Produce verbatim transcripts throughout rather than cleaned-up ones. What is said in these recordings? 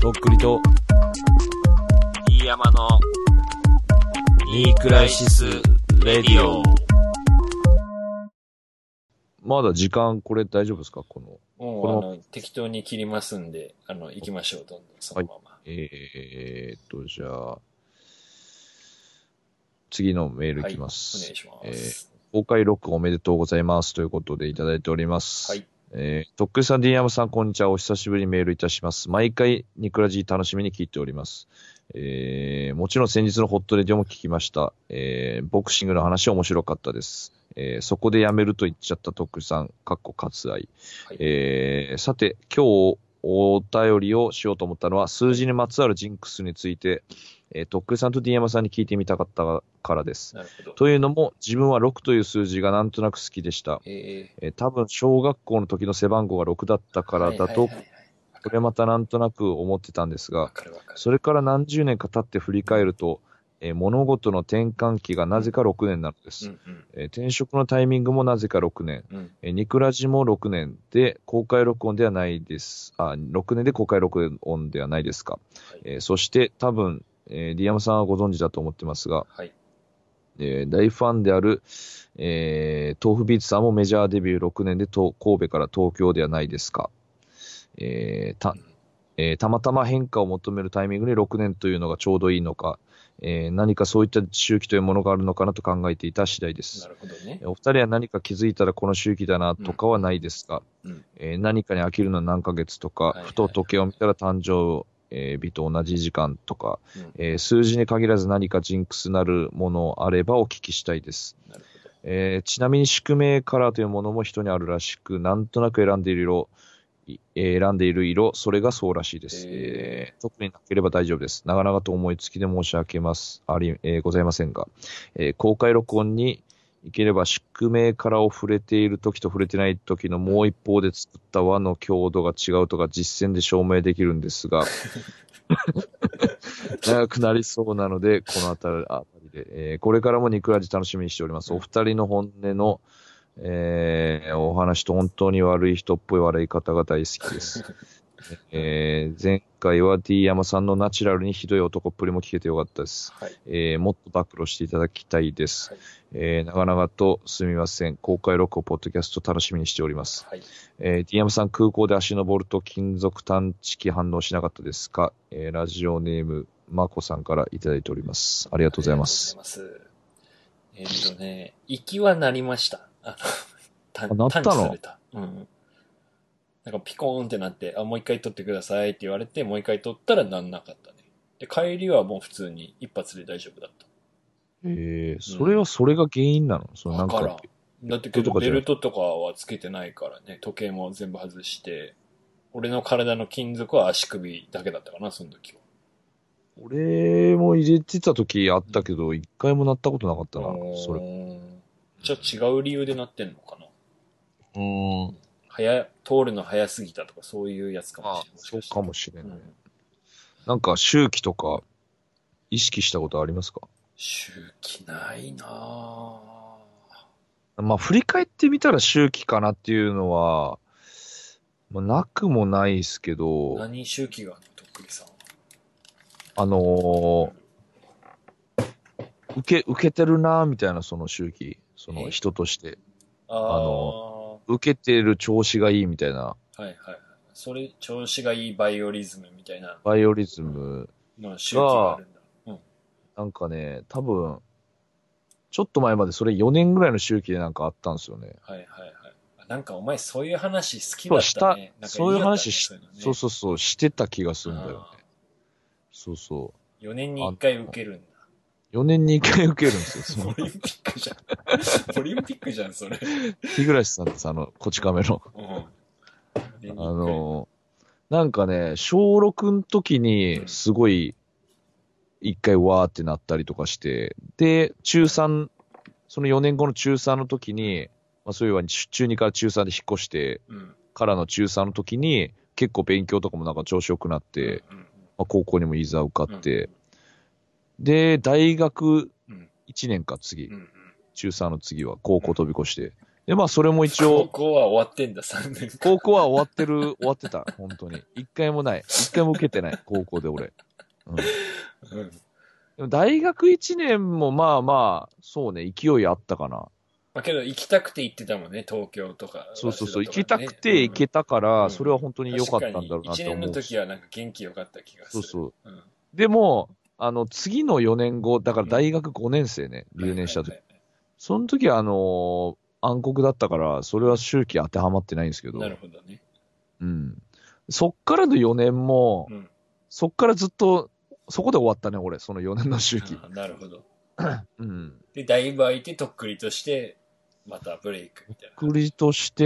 とっくりと、 飯山の、ニークライシス・レディオ。 まだ時間これ大丈夫ですかこの。 もうこのあの、適当に切りますんで、あの、行きましょう、どんどん、そのまま。 はい、えーっと、じゃあ、次のメールいきます。 はい、お願いします。 えー、公開録音おめでとうございます。ということでいただいております。 はい。 えー、とっくりさん、ディーヤムさん、こんにちは。お久しぶりにメールいたします。毎回、ニクラジ楽しみに聞いております。えー、もちろん先日のホットレディオも聞きました。えー、ボクシングの話は面白かったです。えー、そこでやめると言っちゃったとっくりさん、かっこ割愛。はい、えー、さて、今日、お便りをしようと思ったのは、数字にまつわるジンクスについて、えー、とっくりさんとディーヤムさんに聞いてみたかったからです。 なるほど。 というのも、自分はろくという数字がなんとなく好きでした。えーえー、多分、小学校の時の背番号がろくだったからだと、これまたなんとなく思ってたんですが、それから何十年か経って振り返ると、えー、物事の転換期がなぜかろくねんなのです、うんうんえー。転職のタイミングもなぜかろくねん。うんえー、ニクラジもろくねんで公開録音ではないです。あ、ろくねんで公開録音ではないですか。はいえー、そして多分、えー、ディアムさんはご存知だと思ってますが、はいえー、大ファンである、えー、豆腐ビーツさんもメジャーデビューろくねんで神戸から東京ではないですか。えーたえー、たまたま変化を求めるタイミングにろくねんというのがちょうどいいのか、えー、何かそういった周期というものがあるのかなと考えていた次第です。なるほどね。お二人は何か気づいたらこの周期だなとかはないですか、うんうんえー、何かに飽きるのは何ヶ月とか、はいはいはい、ふと時計を見たら誕生日と同じ時間とか、うんえー、数字に限らず何かジンクスなるものあればお聞きしたいです。なるほどえー、ちなみに宿命カラーというものも人にあるらしく、なんとなく選んでいる色選んでいる色、それがそうらしいです。えー、特になければ大丈夫です。長々と思いつきで申し訳ますあり、えー、ございませんが、えー、公開録音に行ければ宿命からを触れている時と触れてない時のもう一方で作った輪の強度が違うとか実践で証明できるんですが、長くなりそうなので、このあたりで、えー、これからもニクラジ楽しみにしております。お二人の本音のえー、お話と本当に悪い人っぽい笑い方が大好きです。えー、前回は D 山さんのナチュラルにひどい男っぷりも聞けてよかったです。はいえー、もっと暴露していただきたいです。はいえー、長々とすみません。公開録音ポッドキャスト楽しみにしております。はいえー、D 山さん空港で足登ると金属探知機反応しなかったですか、えー、ラジオネームまこさんからいただいております。ありがとうございます。 ありがとうございます。えー、っとね、行きはなりました。あの、 なったの？ 探知された。うん。なんかピコーンってなって、あ、もう一回撮ってくださいって言われて、もう一回撮ったらなんなかったね。で、帰りはもう普通に一発で大丈夫だった。 えー、それはそれが原因なの？うん、そのなんか。 わからん。だってけどベルトとかはつけてないからね、時計も全部外して、俺の体の金属は足首だけだったかな、その時は。 俺も入れてた時あったけど、一、うん、回も鳴ったことなかったな、それ。 じゃあ違う理由で鳴ってんのかな？ うーん。 早、通るの早すぎたとかそういうやつかもしれない。 ああ、そうかもしれない。うん、なんか周期とか意識したことありますか？ 周期ないなぁ。 まあ振り返ってみたら周期かなっていうのは、まあ、なくもないですけど。 何周期があるの？とっくりさん。 あのー、受け、受けてるなーみたいなその周期。その人として。あの、受けてる調子がいいみたいな。 はいはいはい。それ、調子がいいバイオリズムみたいな。 バイオリズムの周期があるんだ。うん。 なんかね、多分、ちょっと前までそれよねんぐらいの周期でなんかあったんですよね。 はいはいはい。なんかお前そういう話好きだったね。 そう、そういう話し、そういうのね、そうそうそう、してた気がするんだよね。そうそう。 よねんにいっかい受けるんだ。 よねんにいっかい受けるんですよ。 オリンピックじゃん。オリンピックじゃん、それ。 日暮さんです、あの、こち亀の。うん、あの、なんかね、小ろくの時に、すごい、一回わーってなったりとかして、で、中さん、そのよねんごの中さんの時に、まあそういうわ、中にから中さんで引っ越して、うん、からの中さんの時に、結構勉強とかもなんか調子良くなって、うんうんまあ、高校にもいざ受かって、うんで、大学いちねんか次、うんうん、中さんの次は高校飛び越して、 で、まあ、それも一応。 高校は終わってんだ、さんねんかん。 高校は終わってる、終わってた、本当に。一回もない。一回も受けてない、高校で俺。うん。うん、でも大学いちねんもまあまあ、そうね、勢いあったかな。 まあけど、行きたくて行ってたもんね、東京とか、ね。 そうそうそう、行きたくて行けたから、うん、それは本当に良かったんだろうなって思う。いちねんの時はなんか元気良かった気がする。 そうそう。うん、でも、あの、次のよねんご、だから大学ごねん生ね、うん、留年した時。はいはいはい、その時はあのー、暗黒だったから、それは周期当てはまってないんですけど。 なるほどね。 うん。そっからのよねんも、うん、そっからずっと、そこで終わったね、俺、そのよねんの周期。 なるほど。 うん。 で、だいぶ空いて、とっくりとして、またブレイクみたいな。 とっくりとして、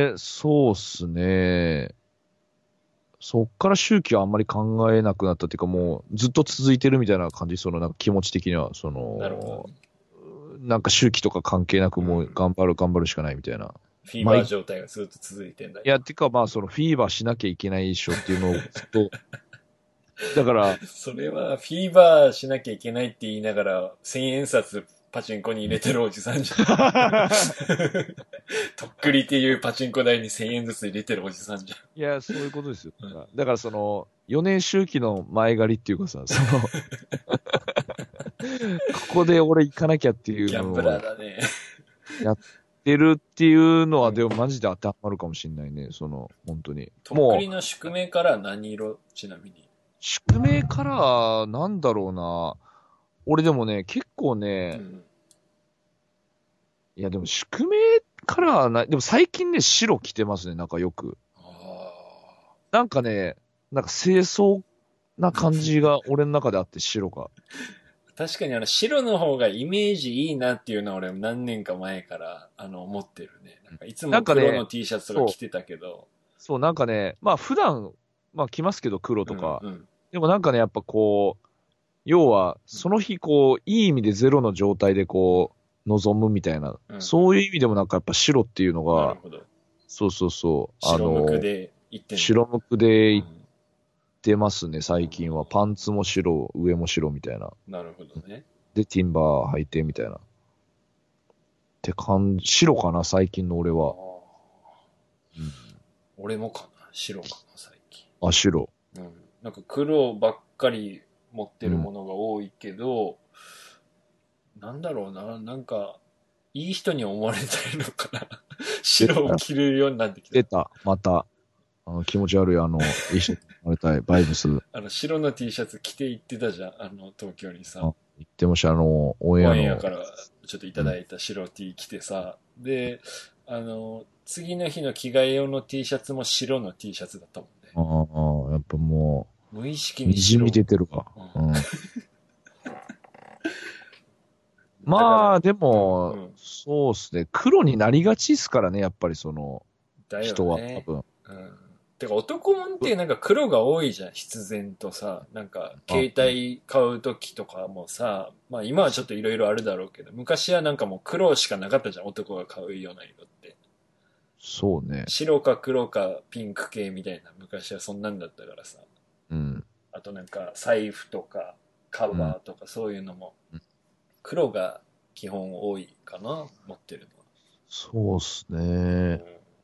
そうっすね。そっから周期はあんまり考えなくなったっていうか、もうずっと続いてるみたいな感じ、そのなんか気持ち的には、その、なるほど。なんか周期とか関係なくもう頑張る、うん、頑張るしかないみたいな。 フィーバー状態がずっと続いてんだよ。 いや、てかまあそのフィーバーしなきゃいけないでしょっていうのをずっと、だから。それはフィーバーしなきゃいけないって言いながら、千円札パチンコに入れてるおじさんじゃん。とっくりっていうパチンコ台にせんえんずつ入れてるおじさんじゃん。 いや、そういうことですよ。うん、だからその、よねん周期の前借りっていうかさ、その、ここで俺行かなきゃっていうのを。 ギャンブラーだね。 やってるっていうのは、でもマジで当てはまるかもしれないね、その、本当に。 とっくりの宿命カラー何色ちなみに。 宿命カラー、なんだろうな。俺でもね、結構ね、うん、いやでも宿命カラーな、でも最近ね、白着てますね、なんかよく。なんかね、なんか清掃な感じが俺の中であって白が。 確かにあの白の方がイメージいいなっていうのは俺何年か前からあの思ってるね。なんかいつも黒の T シャツとか着てたけど。そう、 そうなんかね、まあ普段、まあ着ますけど黒とか。うんうん、でもなんかね、やっぱこう、要はその日こう、いい意味でゼロの状態でこう、望むみたいな、うんうん、そういう意味でもなんかやっぱ白っていうのが、なるほど。そうそうそう。 白無垢で行ってんの。 白無垢で行ってますね、最近は。パンツも白、上も白みたいな。 なるほどね。 で、ティンバー履いてみたいな。って感じ、白かな、最近の俺は。 うん、俺もかな、白かな、最近。 あ、白。 うん。なんか黒ばっかり持ってるものが多いけど、うん、なんだろうな、なんか、いい人に思われたいのかな。白を着るようになってきた。 出た、また。あの気持ち悪い、あの、いい人に思われたい、バイブス。 あの、白の T シャツ着て行ってたじゃん、あの、東京にさ。 行ってました、あの、オンエアの。オンエアからちょっといただいた白 T 着てさ、うん、で、あの、次の日の着替え用の T シャツも白の T シャツだったもんね。 ああ、やっぱもう、無意識に白。 にじみ出てるか。うん、まあ、でも、うんうん、そうっすね。黒になりがちっすからね、やっぱりその、ね、人は多分。 うんてか男もんってなんか黒が多いじゃん、必然とさ。なんか、携帯買うときとかもさ、まあ今はちょっといろいろあるだろうけど、昔はなんかもう黒しかなかったじゃん、男が買うような色って。 そうね。 白か黒かピンク系みたいな、昔はそんなんだったからさ。 うん。 あとなんか財布とかカバーとかそういうのも、黒が基本多いかな、持ってるのは。 そうっすね。うん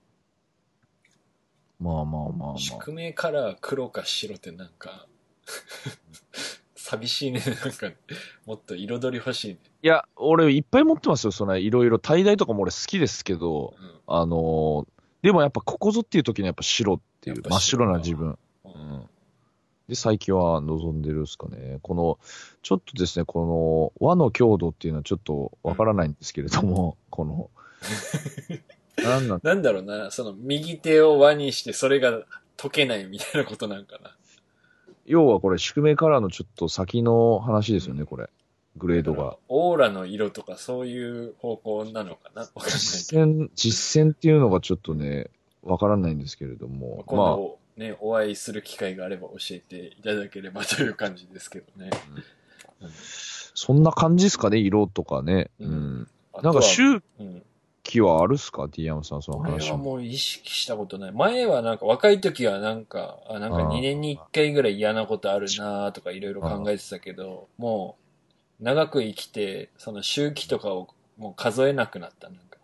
まあまあまあまあ。 宿命カラー黒か白ってなんか寂しいね。なんか、もっと彩り欲しいね。 いや、俺いっぱい持ってますよ。そのいろいろ。tie dyeとかも俺好きですけど、うん、あのー、でもやっぱここぞっていう時にやっぱ白っていう、真っ白な自分。うん、で、最近は望んでるっすかね。この、ちょっとですね、この和の強度っていうのはちょっとわからないんですけれども、うん、この、 なんなんなんだろうな、その右手を輪にしてそれが解けないみたいなことなんかな。 要はこれ宿命カラーのちょっと先の話ですよね、うん、これ。グレードが。 オーラの色とかそういう方向なのかなわかんない実践、実践っていうのがちょっとね、わからないんですけれども。 今度ね、まあ、お会いする機会があれば教えていただければという感じですけどね。 うんうん、そんな感じですかね、色とかね。うん。うん、なんか周期はあるっすか、ティーヤムさん、その話。 俺はもう意識したことない。前はなんか若い時はなんか、あなんかにねんにいっかいぐらい嫌なことあるなーとかいろいろ考えてたけど、もう長く生きて、その周期とかをもう数えなくなった。なんか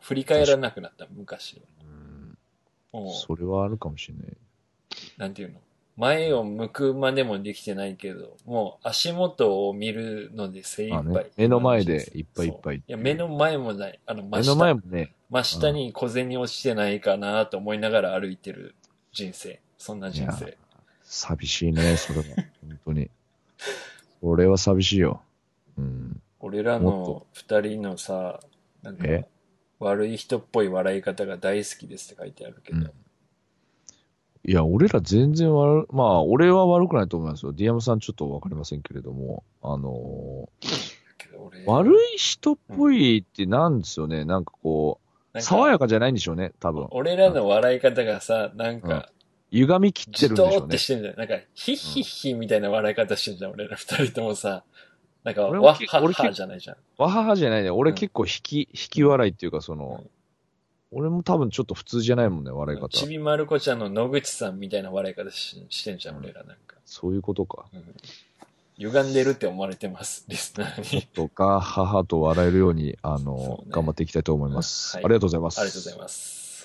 振り返らなくなった、昔は。 うん。それはあるかもしれない。 なんていうの前を向くまでもできてないけど、もう足元を見るので精一杯、ね。 目の前でいっぱいいっぱいい。 いや、目の前もない。あの、 真下。目の前もね。 真下に小銭落ちてないかなと思いながら歩いてる人生。そんな人生。 寂しいね、それは。本当に。俺は寂しいよ。うん。 俺らの二人のさ、なんか、悪い人っぽい笑い方が大好きですって書いてあるけど。うん、 いや、俺ら全然悪、まあ、俺は悪くないと思いますよ。ディアムさんちょっとわかりませんけれども、あのー、悪い人っぽいってなんですよね。うん、なんかこう、爽やかじゃないんでしょうね、多分。 俺らの笑い方がさ、なんか、うん、 歪み切ってるんでしょうね。じとーってしてんじゃん。なんか、ヒッヒッヒみたいな笑い方してんじゃん、俺ら二人ともさ。なんか、わっはっはじゃないじゃん。 わははじゃないね。俺結構引き、引き笑いっていうか、その、俺も多分ちょっと普通じゃないもんね、笑い方。 ちびまる子ちゃんの野口さんみたいな笑い方 し, してんじゃん、俺らなんか。 そういうことか。うん、 歪んでるって思われてます、リスナーに。 とか、母と笑えるように、あの、ね、頑張っていきたいと思います、はい。ありがとうございます。 ありがとうございます。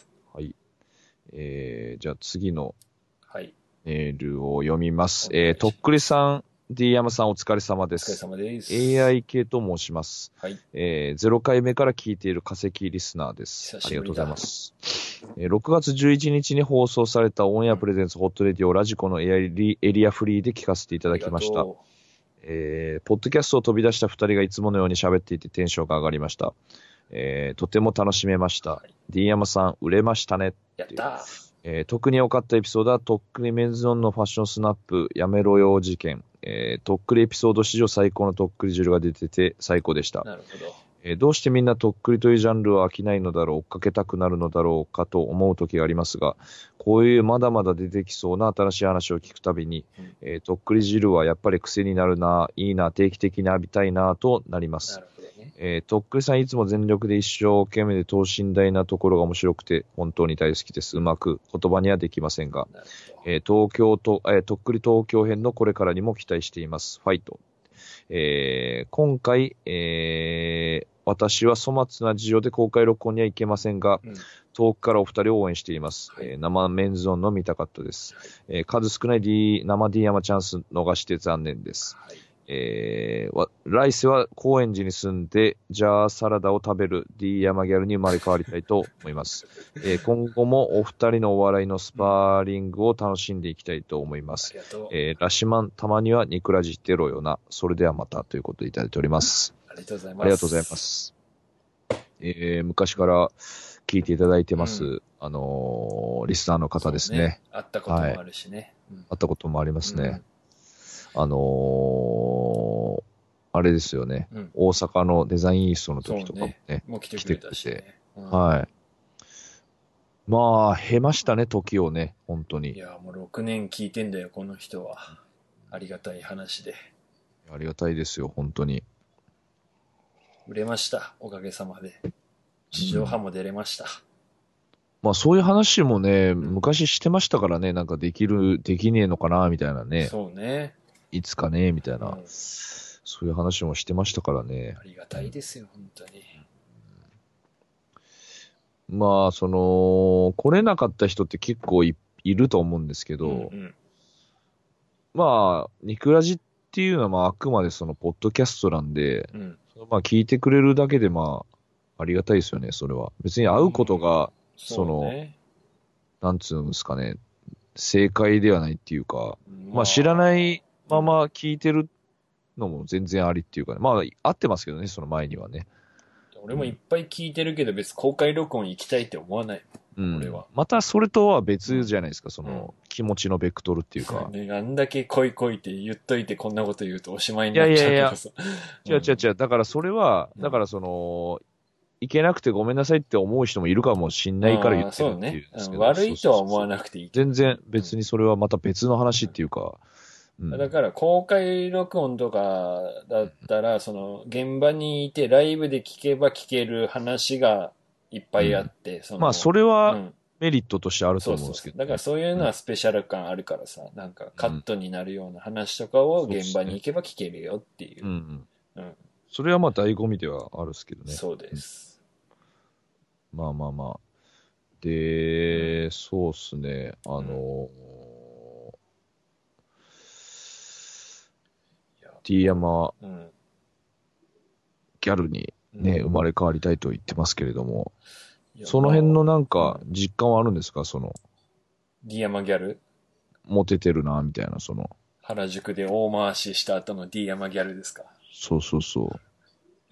はい。えー、じゃあ次のメールを読みます。はい、えー、とっくりさん、ディーエム さんお疲れ様です。 お疲れ様です。 エーアイ 系と申します。 はい。 えー、ゼロかいめから聞いている化石リスナーです。ありがとうございます。えー、ろくがつじゅういちにちに放送されたオンエアプレゼンツホットレディオラジコのエリエリアフリーで聞かせていただきました。えー、ポッドキャストを飛び出したふたりがいつものように喋っていてテンションが上がりました。えー、とても楽しめました。はい、ディーエム さん売れましたね。 やったえー、特に良かったエピソードはとっくりメンズオンのファッションスナップやめろよ事件。えー、とっくりエピソード史上最高のとっくり汁が出てて最高でした。 なるほど。 えー、どうしてみんなとっくりというジャンルを飽きないのだろう、追っかけたくなるのだろうかと思う時がありますが、こういうまだまだ出てきそうな新しい話を聞くたびに、うんえー、とっくり汁はやっぱり癖になるな、いいな、定期的に浴びたいなとなります。 なるほどね。 えー、とっくりさんいつも全力で一生懸命で等身大なところが面白くて本当に大好きです。うまく言葉にはできませんが、えー、東京と、えー、とっくり東京編のこれからにも期待しています。ファイト。えー、今回、えー、私は粗末な事情で公開録音には行けませんが、うん、遠くからお二人を応援しています。はいえー、生メンズオンの見たかったです。はいえー、数少ない、D、生 D 山チャンス逃して残念です。はいえー、来世は高円寺に住んでジャーサラダを食べる D 山ギャルに生まれ変わりたいと思います、えー、今後もお二人のお笑いのスパーリングを楽しんでいきたいと思います、えー、ラシマンたまにはニクラジってろよな。それではまたということでいただいております。 ありがとうございます。 ありがとうございます、えー、昔から聞いていただいてます、うん、あのー、リスナーの方ですね。ね会ったこともあるしね、はいうん、会ったこともありますね、うんあのー、あれですよね、うん、大阪のデザインイーストの時とかもね、ねもう来てくれたし、ねうん、はい。まあ、経ましたね、時をね、本当に。 いや、もうろくねん聞いてんだよ、この人は。ありがたい話で。 ありがたいですよ、本当に。 売れました、おかげさまで。地上波も出れました。うん、 まあ、そういう話もね、うん、昔してましたからね、なんかできる、できねえのかな、みたいなね。 そうね。 いつかね、みたいな、うん、そういう話もしてましたからね。 ありがたいですよ、うん、本当に。 まあ、その、来れなかった人って結構 い, いると思うんですけど、うんうん、まあ、ニクラジっていうのは、まあ、あくまでその、ポッドキャストなんで、うん、まあ、聞いてくれるだけで、まあ、ありがたいですよね、それは。別に会うことが、うん、その、ね、なんつうんですかね、正解ではないっていうか、まあ、まあ、知らないまま聞いてるのも全然ありっていうかね。まあ、合ってますけどね、その前にはね。 俺もいっぱい聞いてるけど、別に公開録音行きたいって思わない。 うん、 俺は。 またそれとは別じゃないですか、その、気持ちのベクトルっていうか。 ね、あんだけ来い来いって言っといてこんなこと言うとおしまいになっちゃうからさ。 いやいやいや、違う違う違う。だからそれは、だからその、いけなくてごめんなさいって思う人もいるかもしんないから言ってるっていうんですけど。 そうね。悪いとは思わなくていいけど。全然別にそれはまた別の話っていうか。 うん、だから公開録音とかだったら、その現場にいてライブで聞けば聞ける話がいっぱいあって、うん、 そのまあそれはメリットとしてあると思うんですけど、 ね、そうそうそう。だからそういうのはスペシャル感あるからさ、うん、なんかカットになるような話とかを現場に行けば聞けるよっていう。うんうんうん、それはまあ醍醐味ではあるんですけどね。 そうです。 まあまあまあ。で、そうっすね。あのー、T 山、うん、ギャルにね、うん、生まれ変わりたいと言ってますけれども、その辺のなんか、実感はあるんですか、その。 D 山ギャルモテてるな、みたいな、その。 原宿で大回しした後の D 山ギャルですか。 そうそうそう。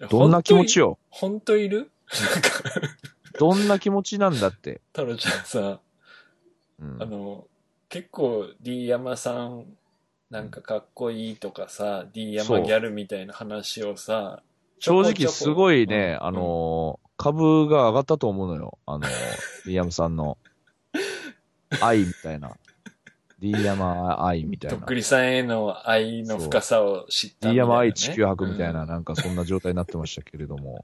どんな気持ちよ。 ほんといるどんな気持ちなんだって。 タロちゃんさ、うん、あの、結構 D 山さん、なんかかっこいいとかさ、D 山ギャルみたいな話をさ、 正直すごいね、うん、あのー、株が上がったと思うのよ。あのー、D 山さんの愛みたいな。D 山愛みたいな。 とっくりさんへの愛の深さを知ったみたいな、ね。 D 山愛地球博みたいな、うん、なんかそんな状態になってましたけれども。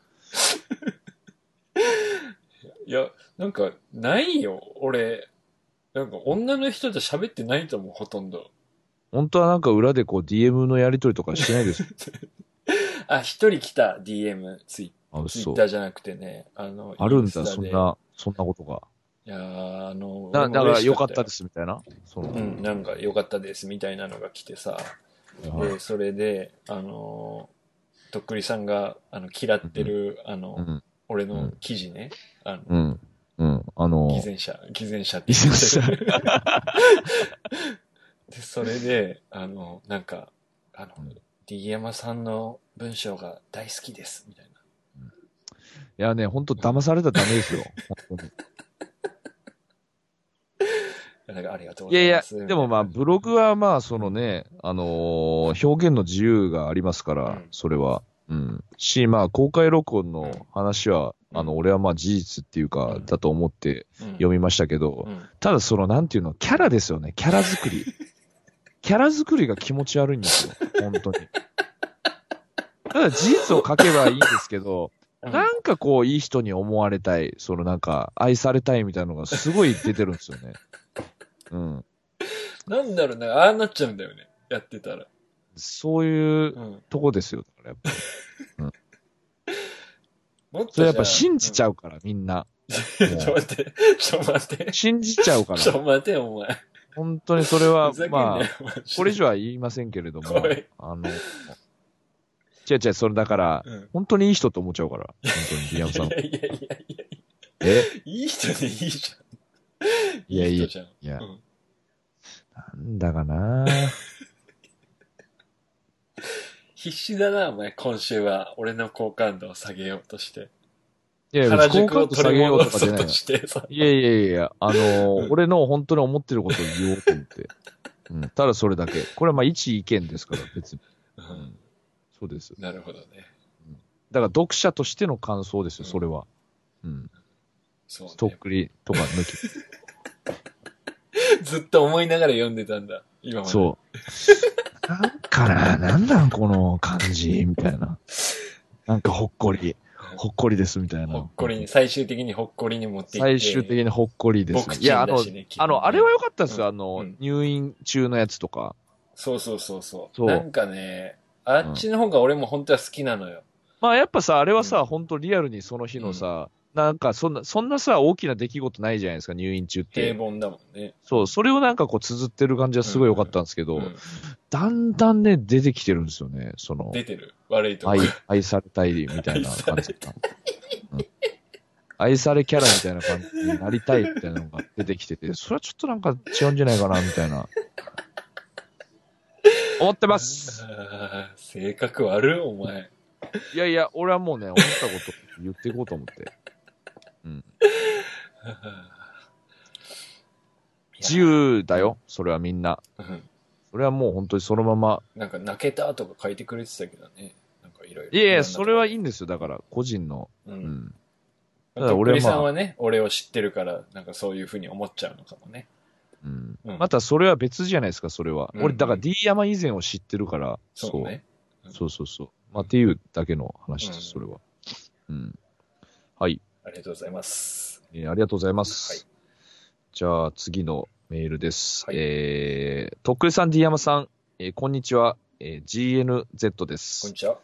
いや、なんか、ないよ。俺、なんか女の人と喋ってないと思う、ほとんど。 本当はなんか裏でこう ディーエム のやりとりとかしてないですあ、一人来た ディーエム、ツイツイッターじゃなくてね。あの、 あるんだ、そんな、そんなことが。 いやー、あの、 だだから良かったですみたいな。 そのうん、なんか良かったですみたいなのが来てさ。で、それで、あの、とっくりさんが、あの、嫌ってる、うん、あの、うん、俺の記事ね。あの、 うん。うん。あのー、 偽善者、偽善者って言ってる。で、それで、あの、なんか、あの、うん、D 山さんの文章が大好きです、みたいな。 うん、いやね、ほんと騙されたらダメですよ。本当に。 なんかありがとうございます。 いやいや、でもまあ、ブログはまあ、そのね、あのー、表現の自由がありますから、うん、それは。うん。し、まあ、公開録音の話は、うん、あの、俺はまあ事実っていうか、だと思って読みましたけど、うんうん、ただその、なんていうの、キャラですよね、キャラ作り。キャラ作りが気持ち悪いんですよ、本当に。ただ事実を書けばいいんですけど、なんかこう、いい人に思われたい、そのなんか、愛されたいみたいなのがすごい出てるんですよね。うん。 なんだろうな、ああなっちゃうんだよね。やってたら。 そういうとこですよ。だからやっぱり。うん。 もっとそれやっぱ信じちゃうから、うん、みんな。 ちょっと待って。ちょっと待って。 信じちゃうから。 ちょっと待って、お前。 本当にそれは、まあ、これ以上は言いませんけれども、あの、違う違う、それだから、うん、本当にいい人と思っちゃうから、本当に、リアムさん。いやいやいやいやえいい人でいいじゃん。 いやいや、 いい人じゃん。 いや、うん、なんだかな必死だな、お前、今週は。俺の好感度を下げようとして。 いやいや、好感度下げようとかじゃない。いやいやいや、あのーうん、俺の本当に思ってることを言おうと思って。うん、ただそれだけ。これはまあ一意見ですから、別に。うん、そうです。 なるほどね。 うん、だから読者としての感想ですよ、それは。うん。そうね。とっくりとか抜き。 ずっと思いながら読んでたんだ、今まで。 そう。なんかな、なんだこの感じ、みたいな。なんかほっこり。ほっこりですみたいな。 ほっこりに、最終的にほっこりに持っていって。 最終的にほっこりです、ね。いや、あの、あの、あれは良かったですよ、うん、あの、うん、入院中のやつとか。 そうそうそうそう。そうなんかね、あっちの方が俺も本当は好きなのよ。うん、 まあやっぱさ、あれはさ、うん、本当リアルにその日のさ、うん、なんかそんな、そんなさ、大きな出来事ないじゃないですか、入院中って。 平凡だもんね。 そう、それをなんかこう綴ってる感じはすごい良かったんですけど、うんうん、だんだんね、出てきてるんですよね、その。 出てる悪いとこ愛、愛されたいみたいな感じ。うん、愛されキャラみたいな感じになりたいみたいなのが出てきてて、それはちょっとなんか違うんじゃないかな、みたいな。思ってます。 性格悪い、お前。 いやいや、俺はもうね、思ったこと言っていこうと思って。うん。自由だよ、それはみんな。うん、それはもう本当にそのまま。 なんか泣けたとか書いてくれてたけどね。なんかいろいろ。 いやいや、それはいいんですよ。だから、個人の。うん。うん、 だから俺は、まあ、さんはね、俺を知ってるから、なんかそういうふうに思っちゃうのかもね。 うん。うん、またそれは別じゃないですか、それは。うんうん、俺、だから D 山以前を知ってるから、 そうね。 そう。そうそうそう。まあ、っていうだけの話です、それは。うん。はい。 ありがとうございます。 えー、ありがとうございます。はい。じゃあ、次のメールです。はい、えー、とっくりさん、D 山さん、えー、こんにちは、えー、ジーエヌゼット です。 こんにちは。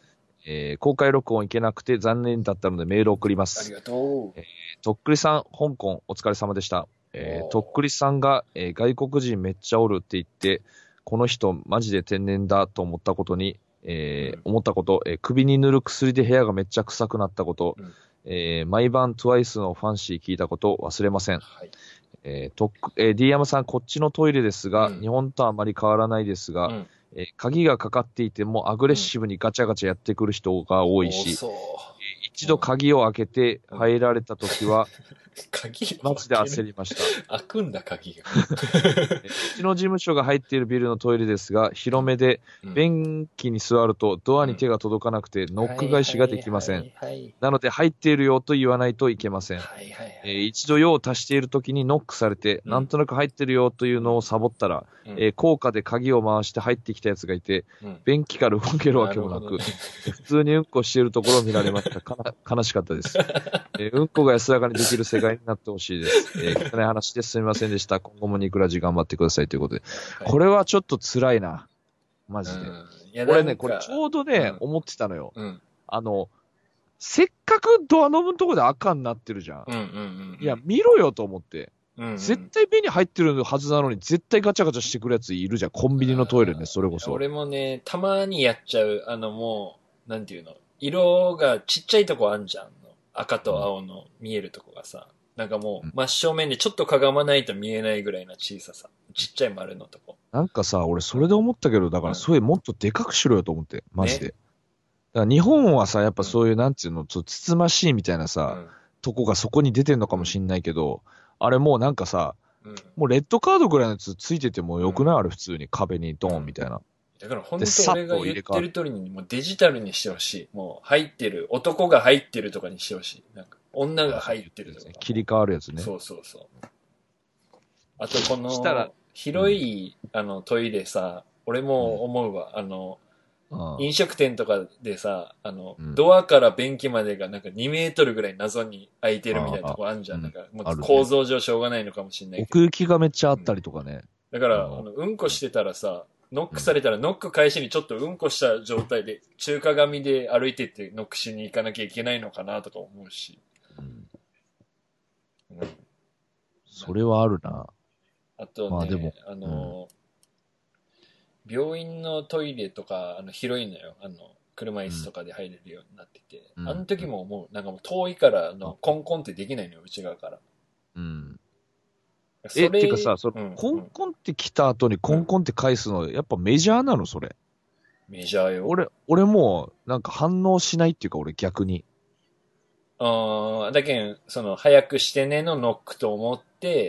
えー、公開録音行けなくて残念だったのでメールを送ります。 ありがとう。 えー、とっくりさん、香港お疲れ様でした。えー、とっくりさんが、えー、外国人めっちゃおるって言って、この人マジで天然だと思ったことに、えーうん、思ったこと、えー、首に塗る薬で部屋がめっちゃ臭くなったこと、うんえー、毎晩トゥワイスのファンシー聞いたこと忘れません。はいえーとえー、D 山さん、こっちのトイレですが、うん、日本とあまり変わらないですが、うんえー、鍵がかかっていてもアグレッシブにガチャガチャやってくる人が多いし、うん、一度鍵を開けて入られたときは、鍵マジで焦りました。 開くんだ、鍵が。 うちの事務所が入っているビルのトイレですが、広めで、便器に座るとドアに手が届かなくて、ノック返しができません。なので、入っているよと言わないといけません。はいはいはいえー、一度用を足しているときにノックされて、うん、なんとなく入ってるよというのをサボったら、うんえー、効果で鍵を回して入ってきたやつがいて、うん、便器から動けるわけもなく、なね、普通にうんこしているところを見られました。か悲しかったです、えー。うんこが安らかにできる世界になってほしいです。えー、汚い話ですみませんでした。今後もニクラジ頑張ってくださいということで。はい、これはちょっと辛いな。マジで。うん、いや俺ね、これちょうどね、うん、思ってたのよ。うん、あの、せっかくドアノブのとこで赤になってるじゃん。うんうんうんうん、いや、見ろよと思って。うんうん、絶対目に入ってるはずなのに、絶対ガチャガチャしてくるやついるじゃん。コンビニのトイレね、それこそ。 俺もね、たまにやっちゃう。あのもう、なんていうの。色がちっちゃいとこあんじゃん。赤と青の見えるとこがさ。なんかもう、真正面でちょっとかがまないと見えないぐらいの小ささ。ちっちゃい丸のとこ。 なんかさ、俺それで思ったけど、だからそれもっとでかくしろよと思って。マジで。ねだから日本はさ、やっぱそういう、なんていうの、つつましいみたいなさ、うん、とこがそこに出てんのかもしんないけど、あれもうなんかさ、うん、もうレッドカードぐらいのやつついててもよくない、うん、あれ普通に壁にドーンみたいな。 だから本当俺が言ってる通りにもうデジタルにしてほしい。もう入ってる、男が入ってるとかにしてほしい。なんか女が入ってるとか。 切り替わるやつね。 そうそうそう。あとこの、広い、うん、あのトイレさ、俺も思うわ。あの、飲食店とかでさ、あの、うん、ドアから便器までがなんかにメートルぐらい謎に開いてるみたいなとこあるじゃん。なんか、もう構造上しょうがないのかもしれないけど。 奥行きがめっちゃあったりとかね。 うん、だから、あの、うんこしてたらさ、ノックされたらノック返しにちょっとうんこした状態で中華髪で歩いてってノックしに行かなきゃいけないのかなとか思うし。うんうん、それはあるな。 あとね、まあ、でもあの、うん病院のトイレとか、あの、広いのよ。あの、車椅子とかで入れるようになってて。うん、あの時ももう、なんかもう遠いから、あの、コンコンってできないのよ、内側から。うん。 え、っていうかさ、それ、うん、コンコンって来た後にコンコンって返すの、やっぱメジャーなのそれ。 メジャーよ。 俺、俺もう、なんか反応しないっていうか、俺逆に。 ああ、だけん、その、早くしてねのノックと思って、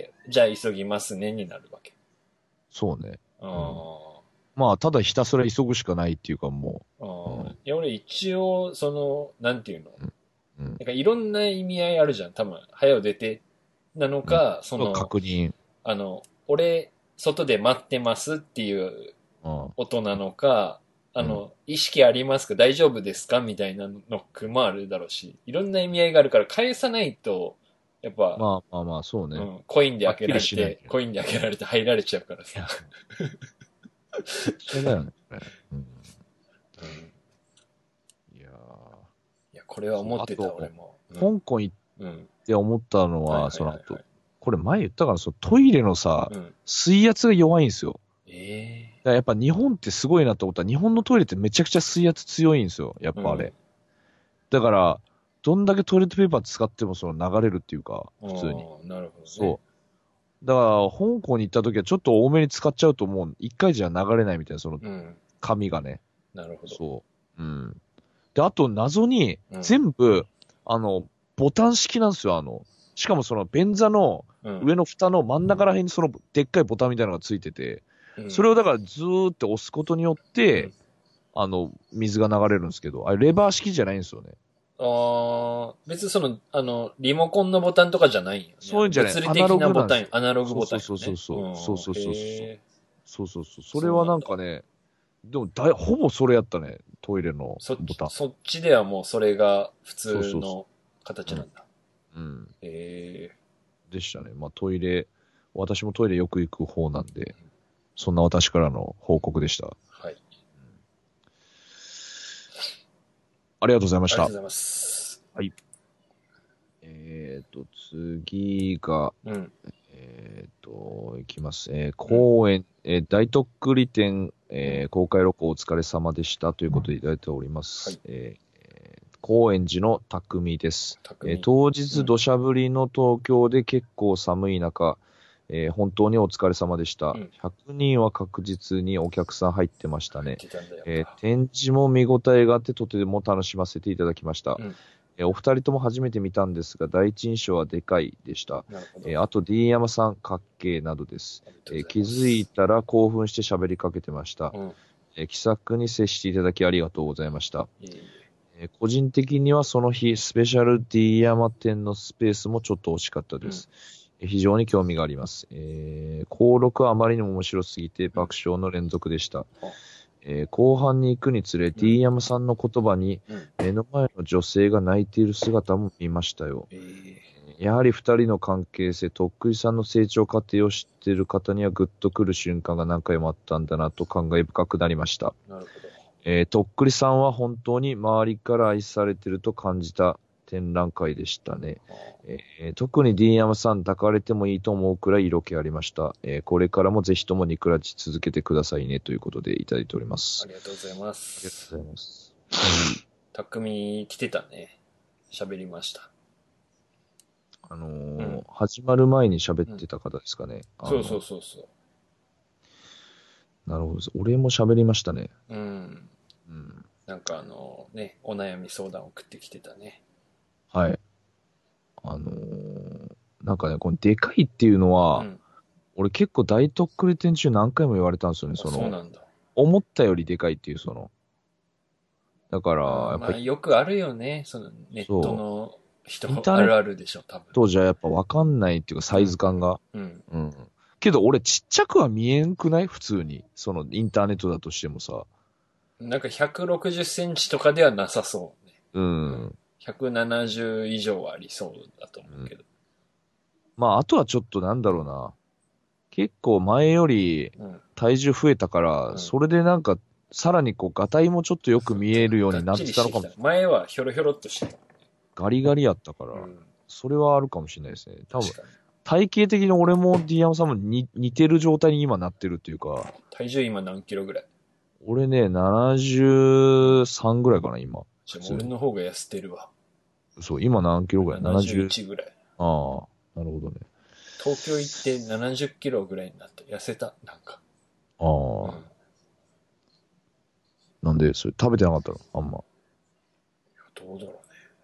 じゃあ急ぎますねになるわけ。 そうね。ああ。うんまあ、ただひたすら急ぐしかないっていうか、もう。 うん、いや、俺一応、その、なんていうの、うん、なんかいろんな意味合いあるじゃん。多分、早う出て、なのか、うん、その、 確認。 あの、俺、外で待ってますっていう音なのか、うん、あの、意識ありますか大丈夫ですかみたいなノックもあるだろうし、いろんな意味合いがあるから返さないと、やっぱ、 まあまあまあ、そうね。うん、 コインで開けられて、コインで開けられて入られちゃうからさ。 そうだよね。うん。うん、 いやいや、これは思ってた、俺も。 うん、香港行って思ったのは、その後、これ前言ったから、そのトイレのさ、うん、水圧が弱いんですよ。ええー。だからやっぱ日本ってすごいなと思ったら、日本のトイレってめちゃくちゃ水圧強いんですよ。やっぱあれ。うん、だから、どんだけトイレットペーパー使ってもその流れるっていうか、普通に。 なるほど、ね。 そう。だから、香港に行った時はちょっと多めに使っちゃうともう一回じゃ流れないみたいな、その、紙がね、 うん。なるほど。 そう。うん。で、あと謎に、全部、うん、あの、ボタン式なんですよ、あの、しかもその便座の上の蓋の真ん中ら辺にそのでっかいボタンみたいなのがついてて、うん、それをだからずーって押すことによって、うん、あの、水が流れるんですけど、あれレバー式じゃないんですよね。 ああ、別にその、あの、リモコンのボタンとかじゃないよね。 そういうんじゃない。 物理的なボタン、アナログボタン、ね。 そうそうそう。そうそうそう。そうそうそう。それはなんかね、でもだい、ほぼそれやったね。トイレのボタン。 そっちではもうそれが普通の形なんだ。 うん。ええー。でしたね。まあトイレ、私もトイレよく行く方なんで、うん、そんな私からの報告でした。はい。 ありがとうございました。 ありがとうございます。 はい。えっ、ー、と、次が、 うん、 えっ、ー、と、いきます。えー、公演、うん、えー、大とっくり展、えー、公開録音お疲れ様でしたということでいただいております。はい、えー、高円寺の匠です。えー、当日土砂降りの東京で結構寒い中、えー、本当にお疲れ様でした、うん。ひゃくにんは確実にお客さん入ってましたね。えー、展示も見応えがあってとても楽しませていただきました。うん、えー、お二人とも初めて見たんですが、第一印象はでかいでした。えー、あと D 山さん、かっけーなどです。えー、気づいたら興奮して喋りかけてました。うん、えー、気さくに接していただきありがとうございました。いえいええー、個人的にはその日、スペシャル D 山店のスペースもちょっと惜しかったです。うん、非常に興味があります。えー、登録はあまりにも面白すぎて爆笑の連続でした。うん、えー、後半に行くにつれ、うん、D 山さんの言葉に目の前の女性が泣いている姿も見ましたよ。えー、やはり二人の関係性、とっくりさんの成長過程を知っている方にはグッとくる瞬間が何回もあったんだなと感慨深くなりました。なるほど。えー、とっくりさんは本当に周りから愛されていると感じた展覧会でしたね。えー、特に D 山さん抱かれてもいいと思うくらい色気ありました。えー、これからもぜひともニクラジ続けてくださいねということでいただいております。 ありがとうございます。 ありがとうございます。 たくみ来てたね。喋りました。 あのーうん、始まる前に喋ってた方ですかね。 うん、そうそうそうそう。 なるほどです。俺も喋りましたね。 うん。うん。なんかあのね、お悩み相談送ってきてたね。 はい。あのー、なんかね、このでかいっていうのは、うん、俺結構大特訓展中何回も言われたんですよね。その、そうなんだ。思ったよりでかいっていう、その、だから、 やっぱり。まあよくあるよね。そのネットの人あるあるでしょ、多分。 当時はやっぱ分かんないっていうか、サイズ感が。うん。うん。うん、けど俺ちっちゃくは見えんくない普通に。そのインターネットだとしてもさ。 なんかひゃくろくじゅっセンチとかではなさそうね。 うん。うん、 ひゃくななじゅう以上はありそうだと思うけど。うん、 まああとはちょっとなんだろうな。結構前より体重増えたから、うん、それでなんかさらにこうガタイもちょっとよく見えるようになってたのかも。 前はひょろひょろっとしてた。 ガリガリやったから、うん、それはあるかもしれないですね。多分。体型的に俺も D 山さんもに似てる状態に今なってるっていうか。 体重今何キロぐらい？ 俺ね、ななじゅうさんぐらいかな、今。 じゃあ俺の方が痩せてるわ。 そう、今何キロぐらい？ ななじゅういち ぐらい。 ああ、なるほどね。 東京行ってななじゅっキロぐらいになった。痩せた、なんか。 ああ、うん。なんで、それ食べてなかったのあんま。 どうだろうね。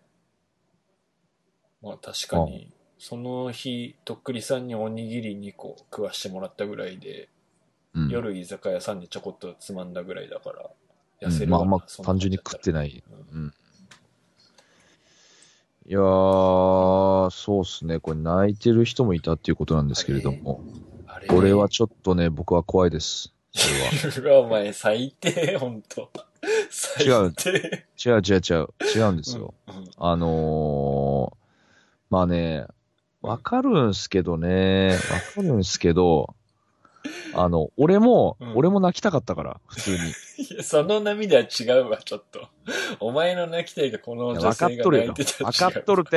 まあ確かに、その日、とっくりさんにおにぎりにこ食わしてもらったぐらいで、うん、夜居酒屋さんにちょこっとつまんだぐらいだから、痩せるわな、うん、まあまあ単純に食ってない。うん。うん、いやー、そうっすね。これ泣いてる人もいたっていうことなんですけれども。あれこれはちょっとね、僕は怖いです。 それは。お前最低、ほんと。最低。 違う。違う違う違う。違うんですよ。うんうん、あのー、まあね、わかるんすけどね、わかるんすけど、あの、俺も、うん、俺も泣きたかったから、普通に。 いや、その涙は違うわ、ちょっと。お前の泣きたいとこの女性が泣いてたら違う。 わかっとるって。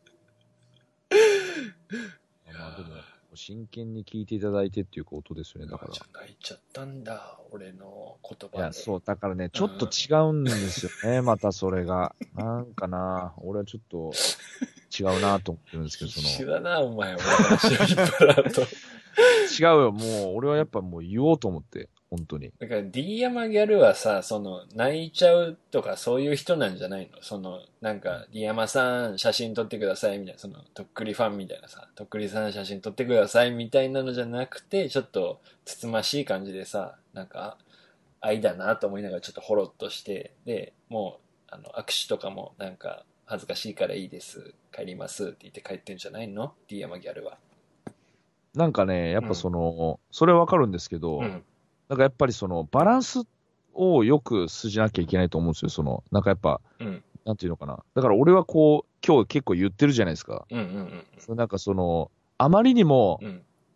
まあでも、真剣に聞いていただいてっていうことですよね、だから。 泣いちゃったんだ、俺の言葉で。 いや、そう、だからね、ちょっと違うんですよね、うん、またそれが。なんかな、俺はちょっと違うなと思ってるんですけど、その。 一緒だな、お前、俺の足を引っ張らんと。 違うよ、もう、俺はやっぱもう言おうと思って、本当に。 だから D 山ギャルはさ、その、泣いちゃうとかそういう人なんじゃないの？その、なんか、D 山さん写真撮ってくださいみたいな、その、とっくりファンみたいなさ、とっくりさん写真撮ってくださいみたいなのじゃなくて、ちょっと、つつましい感じでさ、なんか、愛だなと思いながらちょっとほろっとして、で、もう、あの、握手とかもなんか、恥ずかしいからいいです、帰りますって言って帰ってんじゃないの？ D 山ギャルは。 なんかね、やっぱその、うん、それはわかるんですけど、うん、なんかやっぱりその、バランスをよく筋じなきゃいけないと思うんですよ、その、なんかやっぱ、うん、なんていうのかな。だから俺はこう、今日結構言ってるじゃないですか。うんうんうん、それなんかその、あまりにも、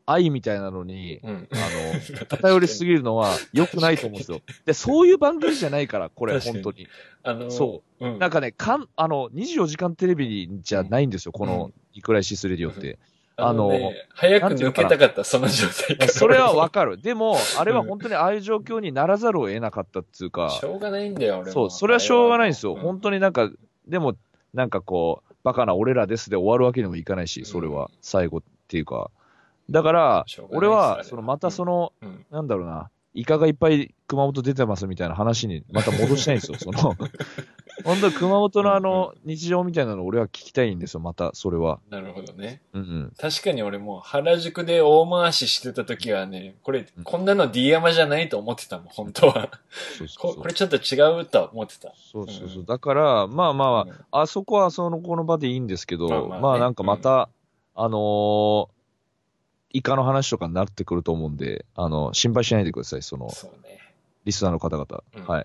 愛みたいなのに、 うん、 あの、偏りすぎるのは良くないと思うんですよ。で、そういう番組じゃないから、これ、本当に。 あのー、 そう、 うん。 なんかね、かん、あの、にじゅうよじかんテレビじゃないんですよ、うん、この、イクライシスレディオって。 うん、あの、ね、早く抜けたかった、その状態から。 それはわかる。でも、あれは本当にああいう状況にならざるを得なかったっていうか。 しょうがないんだよ、俺も。 そう、それはしょうがないんですよ。うん、本当になんか、でも、なんかこう、バカな俺らですで終わるわけにもいかないし、それは、最後っていうか。だから、俺は、その、またその、うん、なんだろうな、イカがいっぱい熊本出てますみたいな話にまた戻したいんですよ。その、本当に熊本のあの、日常みたいなのを俺は聞きたいんですよ、また、それは。 なるほどね。 うんうん。 確かに俺も原宿で大回ししてた時はね、これ、こんなの D 山じゃないと思ってたもん、本当は。そうそうそうこ。これちょっと違うと思ってた。 そうそうそう。うん、だから、まあまあ、うん、あそこはそのこの場でいいんですけど、まあ、まあね、まあなんかまた、うん、あのー、イカの話とかになってくると思うんで、あの、心配しないでください、その、 そうね、 リスナーの方々。うん、はい。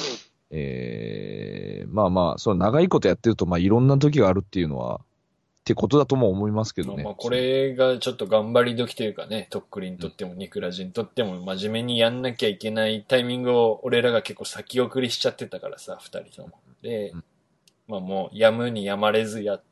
えー、まあまあ、その長いことやってると、まあいろんな時があるっていうのは、ってことだとも思いますけどね。 まあこれがちょっと頑張り時というかね、とっくりにとってもニクラジにとっても真面目にやんなきゃいけないタイミングを俺らが結構先送りしちゃってたからさ、二人とも。で、うん、まあもうやむにやまれずやって、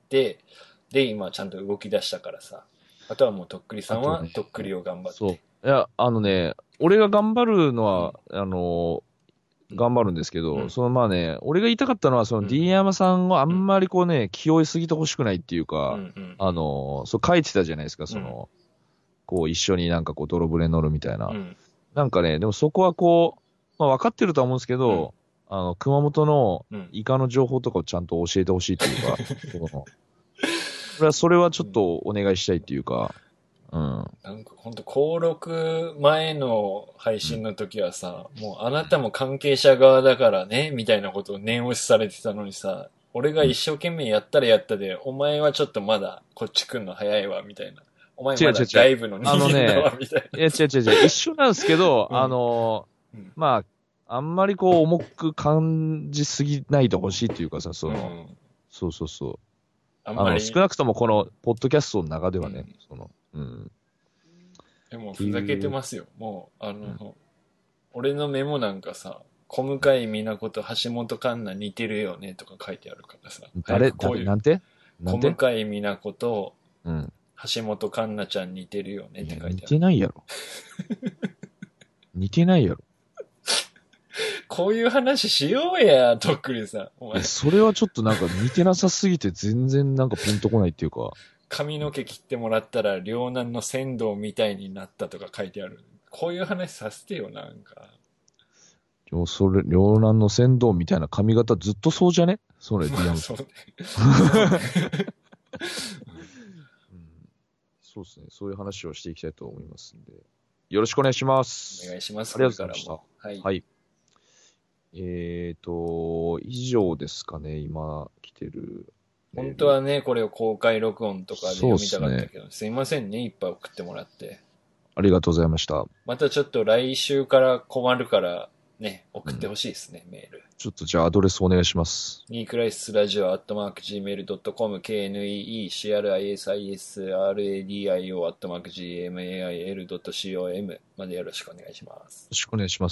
で、今ちゃんと動き出したからさ。あとはもうとっくりさんはとっくりを頑張って。 そう。いや、あのね、俺が頑張るのは、うん、あの、頑張るんですけど、うん、そのまあね、俺が言いたかったのは、その D 山さんをあんまりこうね、気負いすぎてほしくないっていうか、うんうん、あの、そう書いてたじゃないですか、その、うん、こう一緒になんかこう泥船乗るみたいな。うん、なんかね、でもそこはこう、まあ分かってるとは思うんですけど、うん、あの、熊本のイカの情報とかをちゃんと教えてほしいっていうか、そのそれは、それはちょっとお願いしたいっていうか、うん。 なんかほんと登録前の配信の時はさ、うん、もうあなたも関係者側だからね、みたいなことを念押しされてたのにさ、俺が一生懸命やったらやったで、うん、お前はちょっとまだこっち来んの早いわ、みたいな。お前まだ外部の人間だわ、みたいな。 いや、違う違う違う。一緒なんですけど、うん、あの、うん、まあ、あんまりこう重く感じすぎないでほしいっていうかさ、その、うん、そうそうそう。あんまりあの少なくともこのポッドキャストの中ではね、うん、その、うん。 でもふざけてますよ。もう、あの、うん、俺のメモなんかさ、小向井美奈子と橋本環奈似てるよねとか書いてあるからさ。 誰こういうなんて小向井美奈子と、橋本環奈ちゃん似てるよねって書いてある。 似てないやろ。似てないやろ。 こういう話しようや、とっくりさん。お前それはちょっとなんか似てなさすぎて全然なんかピンとこないっていうか。 髪の毛切ってもらったら両南の仙道みたいになったとか書いてある。こういう話させてよ、なんか。 でもそれ、両南の仙道みたいな髪型ずっとそうじゃねそれ、リアム。そうね。そうですね。そういう話をしていきたいと思いますんで。よろしくお願いします。 お願いします。 ありがとうございました。 はい。 はい。えーと、以上ですかね、今来てる。 本当はね、これを公開録音とかで読みたかったけど、す, ね、すいませんね、いっぱい送ってもらって。 ありがとうございました。 またちょっと来週から困るからね、送ってほしいですね、うん、メール。 ちょっとじゃあアドレスお願いします。 ニークライシスラジオアットマーク ジーメールドットコム ケーエヌイーイーシーアールアイエスアイエスアールエーディーアイオー アットマーク ジーエムエーアイエルドットコム までよろしくお願いします。 よろしくお願いします。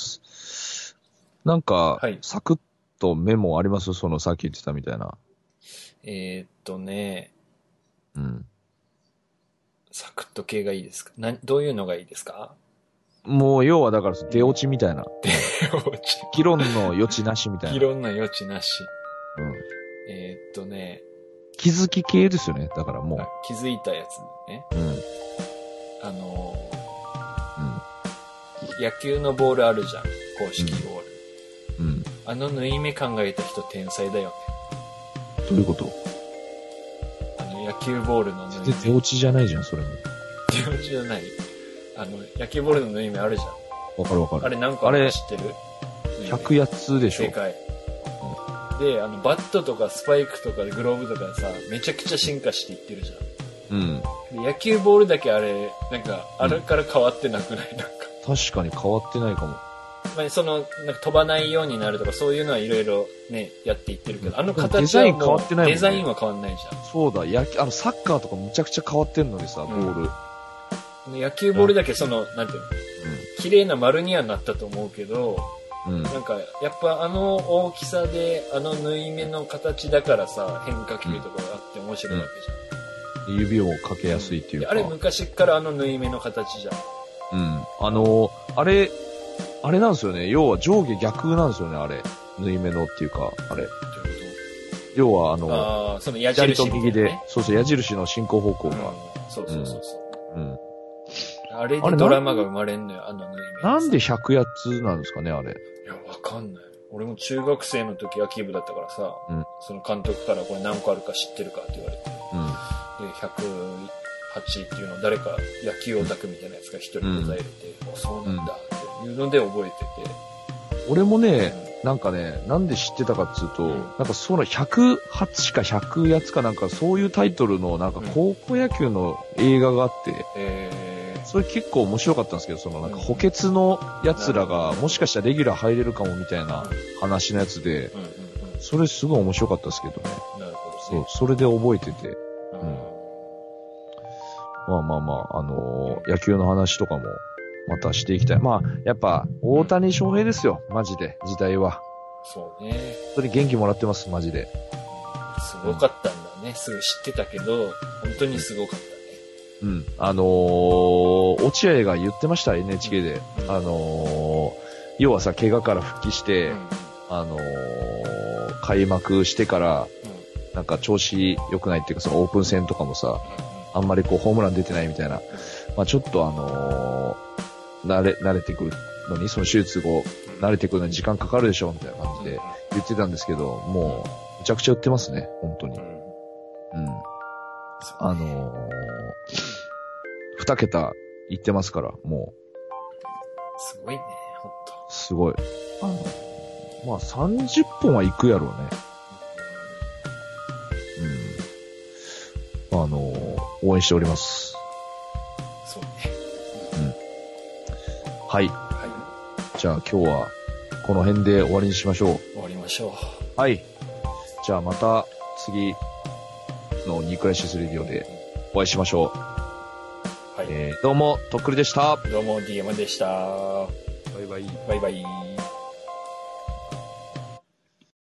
なんか、はい、サクッとメモありますそのさっき言ってたみたいな。 えー、っとね、 うん。 サクッと系がいいですか？な、どういうのがいいですか？ もう、要はだから、出落ちみたいな。 出落ち。 議論の余地なしみたいな。 議論の余地なし。 うん。 えー、っとね。 気づき系ですよね。だからもう。 気づいたやつね。 うん。 あのー、 うん。野球のボールあるじゃん。公式ボール。 うん。うん、 あの縫い目考えた人天才だよね。 どういうこと？ あの野球ボールの縫い目。 全然手落ちじゃないじゃん、それも。 手落ちじゃない。あの、野球ボールの縫い目あるじゃん。 わかるわかる。 あれ何個あるか知ってる？ ひゃくやつでしょ。 正解。うん、で、あの、バットとかスパイクとかグローブとかさ、めちゃくちゃ進化していってるじゃん。うん。 で野球ボールだけあれ、なんか、あれから変わってなくない？なんか。 確かに変わってないかも。 まあ、その、なんか飛ばないようになるとか、そういうのはいろいろね、やっていってるけど、うん、あの形はもうデザイン変わってないもんね。 デザインは変わんないじゃん。 そうだ、野球、あの、サッカーとかむちゃくちゃ変わってんのにさ、ボール。 う野球ボールだけその、なんていうの、綺麗な丸にはなったと思うけど、うん、なんか、やっぱあの大きさで、あの縫い目の形だからさ、変化球とかがあって面白いわけじゃん。 うん、指をかけやすいっていうか。 あれ昔からあの縫い目の形じゃん。うん。あの、あれ、あれなんですよね。要は上下逆なんですよね、あれ。縫い目のっていうか、あれ。要はあの、 あその矢印、ね、 左と右で、そうそう、矢印の進行方向が。うん、 そうそうそうそう。うん。あれでドラマが生まれんのよ、あの縫い目。 なんでひゃくやつなんですかね、あれ。 いや、わかんない。俺も中学生の時野球部だったからさ、うん、その監督からこれ何個あるか知ってるかって言われて、うん、で、ひゃくはちっていうのを誰か野球オタクみたいなやつが一人答えれて、うん、そうなんだっていうので覚えてて。 俺もね、うん、なんかね、なんで知ってたかっつうと、うん、なんかそのひゃくはちかひゃくやつかなんかそういうタイトルのなんか高校野球の映画があって、うんえーそれ結構面白かったんですけど、そのなんか補欠の奴らがもしかしたらレギュラー入れるかもみたいな話のやつで、それすごい面白かったですけどね。なるほど、ね。そう、それで覚えてて。うん。まあまあまあ、あのー、野球の話とかもまたしていきたい。まあ、やっぱ大谷翔平ですよ、マジで、時代は。 そうね。 本当に元気もらってます、マジで。 すごかったんだね。すぐ知ってたけど、本当にすごかった。 うん。あのー、落合が言ってました、エヌエイチケー で。うん、あのー、要はさ、怪我から復帰して、うん、あのー、開幕してから、うん、なんか調子良くないっていうか、そのオープン戦とかもさ、あんまりこう、ホームラン出てないみたいな。まあちょっとあのー、慣れ、慣れてくるのに、その手術後、慣れてくるのに時間かかるでしょ、みたいな感じで言ってたんですけど、もう、むちゃくちゃ売ってますね、本当に。うん。あのー、二桁いってますから、もう。 すごいね、ほんと。 すごい。あの、まあ、さんじゅっぽんはいくやろうね。うん。あのー、応援しております。 そうね。 うん。はい。はい。じゃあ今日は、この辺で終わりにしましょう。 終わりましょう。はい。じゃあまた、次のニクライシスレディオでお会いしましょう。はい、えー、どうも、とっくりでした。 どうも、ディーエム でした。 バイバイ。 バイバイ。